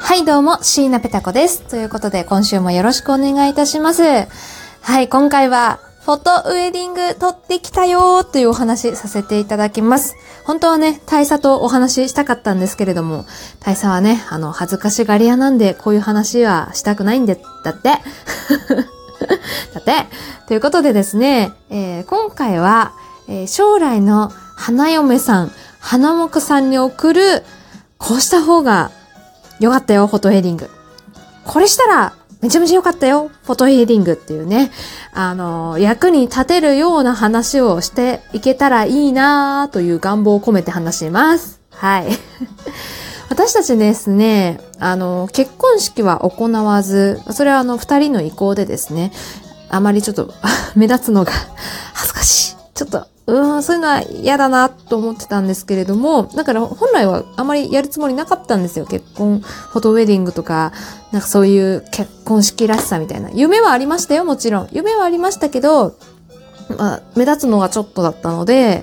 はいどうも、椎名ペタ子です。ということで今週もよろしくお願いいたします。はい、今回はフォトウェディング撮ってきたよーというお話させていただきます。本当はね、大佐とお話ししたかったんですけれども、大佐はね、恥ずかしがり屋なんでこういう話はしたくないんで、だって。だって。ということでですね、今回は、将来の花嫁さん、花木さんに送る、こうした方がよかったよ、フォトウェディング。これしたら、めちゃめちゃよかったよ、フォトウェディングっていうね。役に立てるような話をしていけたらいいなという願望を込めて話します。はい。私たちですね、結婚式は行わず、それは二人の意向でですね、あまりちょっと目立つのが恥ずかしい。ちょっと、そういうのは嫌だなと思ってたんですけれども、だから本来はあまりやるつもりなかったんですよ。結婚、フォトウェディングとか、なんかそういう結婚式らしさみたいな。夢はありましたよ、もちろん。夢はありましたけど、まあ、目立つのがちょっとだったので、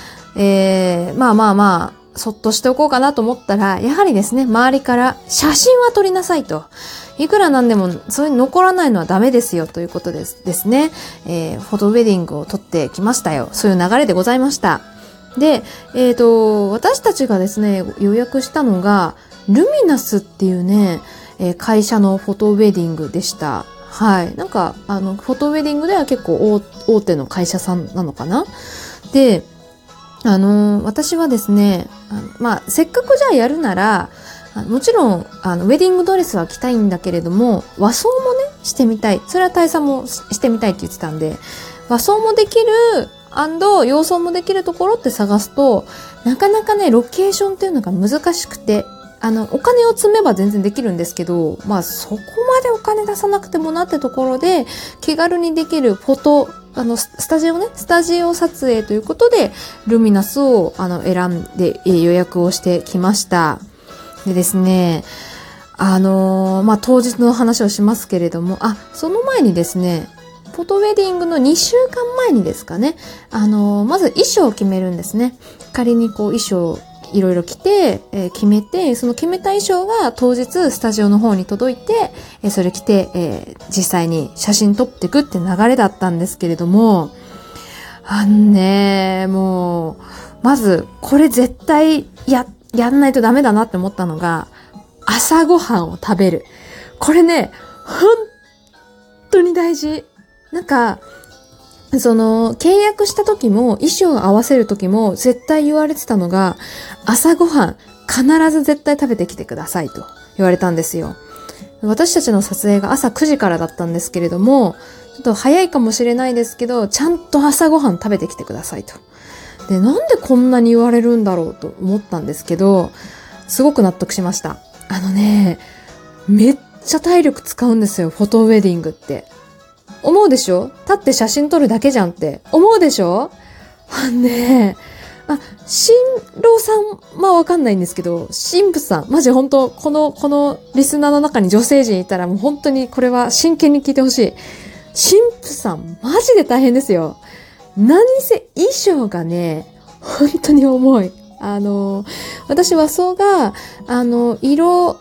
まあ、そっとしておこうかなと思ったら、やはりですね、周りから写真は撮りなさいと。いくらなんでも、そういう残らないのはダメですよということですね。フォトウェディングを撮ってきましたよ。そういう流れでございました。で、私たちがですね、予約したのが、ルミナスっていうね、会社のフォトウェディングでした。はい。なんか、フォトウェディングでは結構大手の会社さんなのかな。で、私はですね、せっかくじゃあやるなら、もちろん、ウェディングドレスは着たいんだけれども、和装もね、してみたい。それは大佐もしてみたいって言ってたんで、和装もできる、洋装もできるところって探すと、なかなかね、ロケーションっていうのが難しくて、お金を積めば全然できるんですけど、そこまでお金出さなくてもなってところで、気軽にできるフォト、スタジオ撮影ということで、ルミナスを、選んで、予約をしてきました。でですね、当日の話をしますけれども、その前にですね、フォトウェディングの2週間前にですかね、まず衣装を決めるんですね。仮にこう衣装いろいろ着て、決めて、その決めた衣装が当日スタジオの方に届いて、それ着て、実際に写真撮っていくって流れだったんですけれども、もう、まず、これ絶対やんないとダメだなって思ったのが、朝ごはんを食べる。これね、本当に大事。なんか、契約した時も、衣装を合わせる時も、絶対言われてたのが、朝ごはん、必ず絶対食べてきてくださいと言われたんですよ。私たちの撮影が朝9時からだったんですけれども、ちょっと早いかもしれないですけど、ちゃんと朝ごはん食べてきてくださいと。で、なんでこんなに言われるんだろうと思ったんですけど、すごく納得しました。めっちゃ体力使うんですよ、フォトウェディングって。思うでしょ？立って写真撮るだけじゃんって思うでしょ？新郎さんわかんないんですけど、新婦さん、マジ本当このリスナーの中に女性陣いたらもう本当にこれは真剣に聞いてほしい。新婦さん、マジで大変ですよ。何せ衣装がね、本当に重い。私和装が、色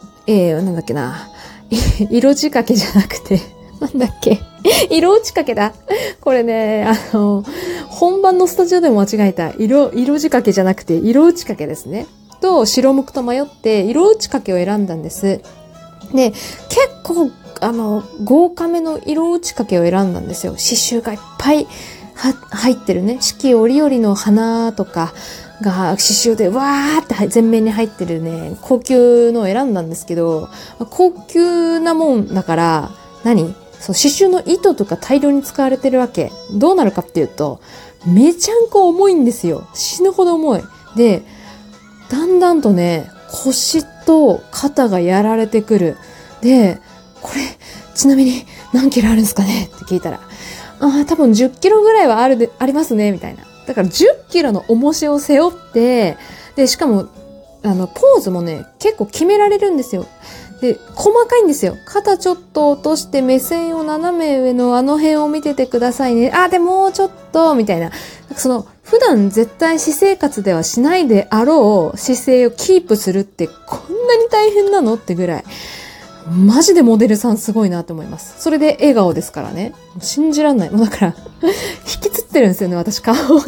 仕掛けじゃなくて、色落ち掛けだ。これね、本番のスタジオでも間違えた。色仕掛けじゃなくて、色打ち掛けですね。と、白無垢と迷って、色打ち掛けを選んだんです。で、結構、豪華めの色打ち掛けを選んだんですよ。刺繍がいっぱい入ってるね。四季折々の花とかが刺繍でわーって全面に入ってるね、高級のを選んだんですけど、高級なもんだから、そう、刺繍の糸とか大量に使われてるわけ。どうなるかっていうと、めちゃんこ重いんですよ。死ぬほど重い。で、だんだんとね、腰と肩がやられてくる。で、これ、ちなみに何キロあるんですかねって聞いたら、多分10キロぐらいはありますね、みたいな。だから10キロの重しを背負って、で、しかも、ポーズもね、結構決められるんですよ。で、細かいんですよ。肩ちょっと落として目線を斜め上の辺を見ててくださいね。でもうちょっと、みたいな。その、 普段絶対私生活ではしないであろう姿勢をキープするってこんなに大変なのってぐらい。マジでモデルさんすごいなと思います。それで笑顔ですからね。信じらんない。もうだから、引きつってるんですよね、私顔が。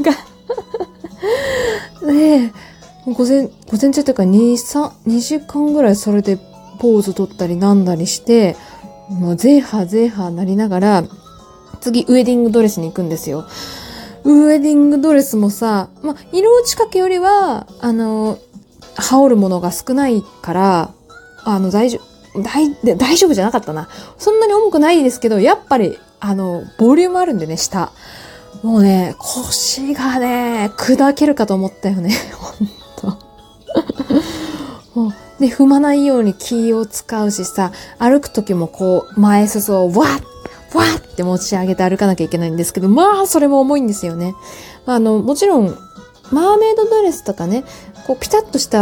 で、午前中というか2時間ぐらいそれでポーズ取ったりなんだりして、もうゼーハーなりながら、次ウェディングドレスに行くんですよ。ウェディングドレスもさ、色落ち掛けよりは、羽織るものが少ないから、大丈夫じゃなかったな。そんなに重くないですけど、やっぱり、ボリュームあるんでね、下。もうね、腰がね、砕けるかと思ったよね。ほんと。もうで、踏まないように気を使うしさ、歩くときもこう、前裾をわって持ち上げて歩かなきゃいけないんですけど、それも重いんですよね。もちろん、マーメイドドレスとかね、こう、ピタッとした、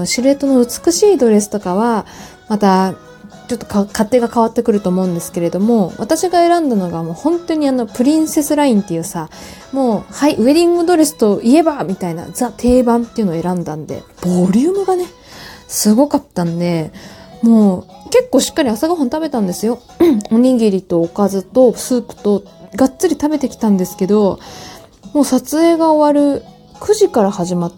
シルエットの美しいドレスとかは、また、ちょっと勝手が変わってくると思うんですけれども、私が選んだのがもう本当にプリンセスラインっていうさ、もう、はい、ウェディングドレスといえば、みたいな、ザ定番っていうのを選んだんで、ボリュームがね、すごかったんで、もう、結構しっかり朝ごはん食べたんですよ。おにぎりとおかずとスープと、がっつり食べてきたんですけど、もう撮影が終わる9時から始まって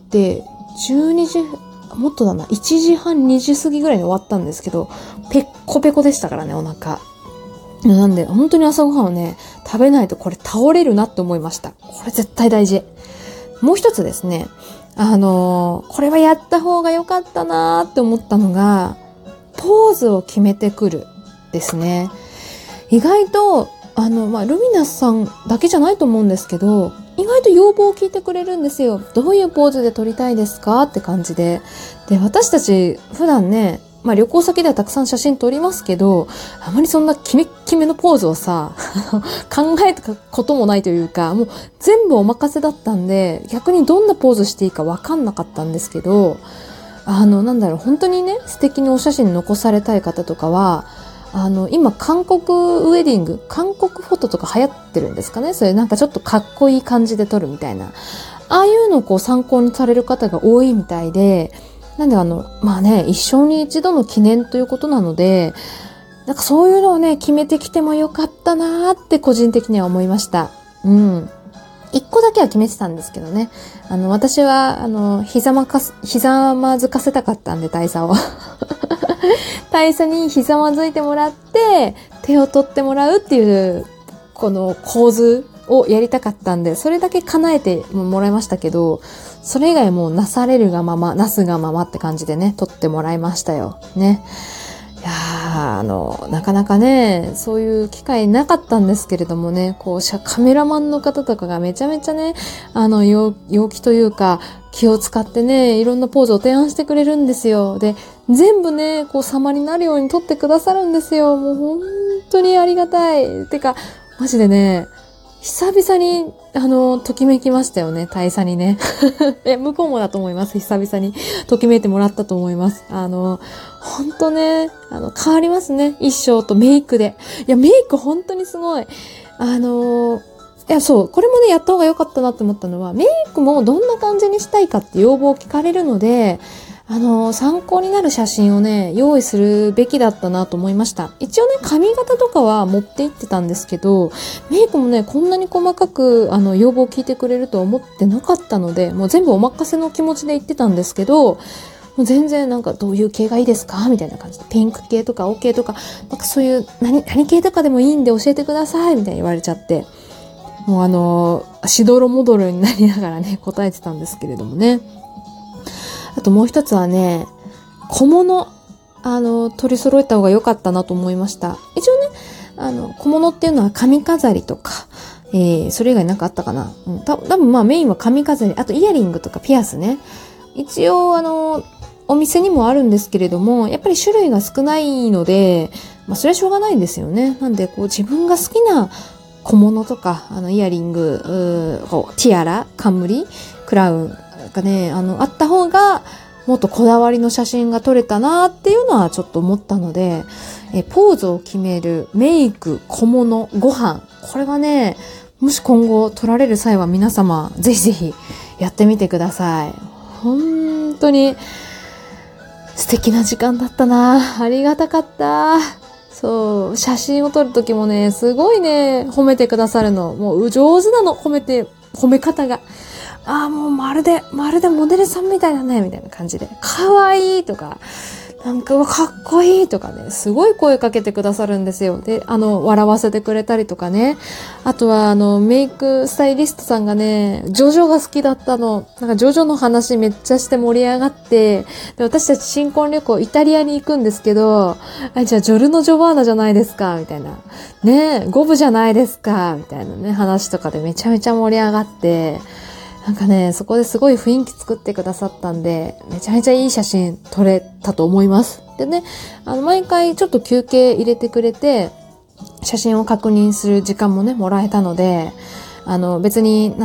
、12時、もっとだな、1時半、2時過ぎぐらいに終わったんですけど、ペッコペコでしたからね、お腹。なんで、本当に朝ごはんをね、食べないとこれ倒れるなって思いました。これ絶対大事。もう一つですね、これはやった方が良かったなーって思ったのが、ポーズを決めてくるですね。意外と、ルミナスさんだけじゃないと思うんですけど、意外と要望を聞いてくれるんですよ。どういうポーズで撮りたいですかって感じで。で、私たち普段ね、旅行先ではたくさん写真撮りますけど、あまりそんなキメッキメのポーズをさ、考えたこともないというか、もう全部お任せだったんで、逆にどんなポーズしていいかわかんなかったんですけど、本当にね、素敵にお写真残されたい方とかは、今、韓国ウェディング、韓国フォトとか流行ってるんですかね。それなんかちょっとかっこいい感じで撮るみたいな。ああいうのをこう参考にされる方が多いみたいで、なんで一生に一度の記念ということなので、なんかそういうのをね、決めてきてもよかったなーって個人的には思いました。うん。一個だけは決めてたんですけどね。私は、ひざまずかせたかったんで、大佐を。大佐にひざまずいてもらって、手を取ってもらうっていう、この構図をやりたかったんで、それだけ叶えてもらいましたけど、それ以外もうなされるがまま、なすがままって感じでね、撮ってもらいましたよ。ね。いやー、なかなかね、そういう機会なかったんですけれどもね、こう、カメラマンの方とかがめちゃめちゃね、陽気というか、気を使ってね、いろんなポーズを提案してくれるんですよ。で、全部ね、こう、様になるように撮ってくださるんですよ。もう本当にありがたい。てか、マジでね、久々に、ときめきましたよね、大佐にね。向こうもだと思います。久々にときめいてもらったと思います。ほんとね、変わりますね。衣装とメイクで。いや、メイクほんとにすごい。そう、これもね、やった方が良かったなって思ったのは、メイクもどんな感じにしたいかって要望を聞かれるので、参考になる写真をね、用意するべきだったなと思いました。一応ね、髪型とかは持って行ってたんですけど、メイクもね、こんなに細かく、要望を聞いてくれるとは思ってなかったので、もう全部お任せの気持ちで言ってたんですけど、もう全然なんかどういう系がいいですかみたいな感じで、ピンク系とか青系とか、なんかそういう何系とかでもいいんで教えてくださいみたいに言われちゃって、もうしどろもどろになりながらね、答えてたんですけれどもね。あともう一つはね、小物、取り揃えた方が良かったなと思いました。一応ね、小物っていうのは髪飾りとか、それ以外なんかあったかな。多分メインは髪飾り、あとイヤリングとかピアスね。一応お店にもあるんですけれども、やっぱり種類が少ないので、それはしょうがないんですよね。なんで、こう自分が好きな小物とか、イヤリング、ティアラ、冠、クラウンがね、あった方が、もっとこだわりの写真が撮れたなっていうのはちょっと思ったので、ポーズを決める、メイク、小物、ご飯、これはね、 もし今後撮られる際は皆様、ぜひぜひやってみてください。本当に素敵な時間だったな。ありがたかった。そう、写真を撮るときもね、すごいね、褒めてくださるの。もう上手なの、褒め方が。もうまるでモデルさんみたいだね、みたいな感じで。かわいいとか、なんかかっこいいとかね、すごい声かけてくださるんですよ。で、笑わせてくれたりとかね。あとは、メイクスタイリストさんがね、ジョジョが好きだったの。なんかジョジョの話めっちゃして盛り上がって、で、私たち新婚旅行イタリアに行くんですけど、じゃあジョルノ・ジョバーナじゃないですか、みたいな。ね、ゴブじゃないですか、みたいなね、話とかでめちゃめちゃ盛り上がって、なんかね、そこですごい雰囲気作ってくださったんで、めちゃめちゃいい写真撮れたと思います。でね、毎回ちょっと休憩入れてくれて、写真を確認する時間もね、もらえたので、別に、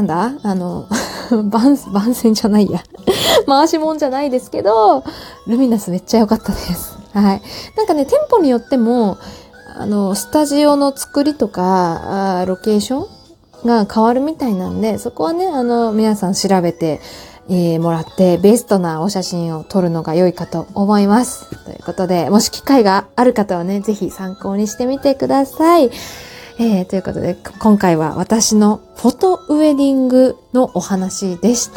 番宣じゃないや。回しもんじゃないですけど、ルミナスめっちゃ良かったです。はい。なんかね、店舗によっても、スタジオの作りとか、ロケーションが変わるみたいなんで、そこはね、皆さん調べて、もらって、ベストなお写真を撮るのが良いかと思います。ということで、もし機会がある方はね、ぜひ参考にしてみてください。ということで、今回は私のフォトウェディングのお話でした。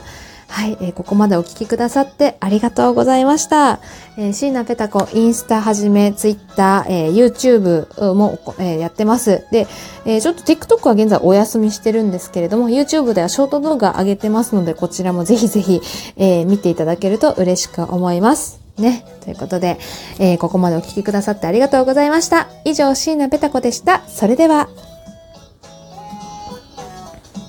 はい、ここまでお聞きくださってありがとうございました。椎名ペタ子、インスタはじめ、ツイッター、YouTube も、やってます。で、ちょっと TikTok は現在お休みしてるんですけれども、YouTube ではショート動画上げてますので、こちらもぜひぜひ、見ていただけると嬉しく思います。ね。ということで、ここまでお聞きくださってありがとうございました。以上、椎名ペタ子でした。それでは。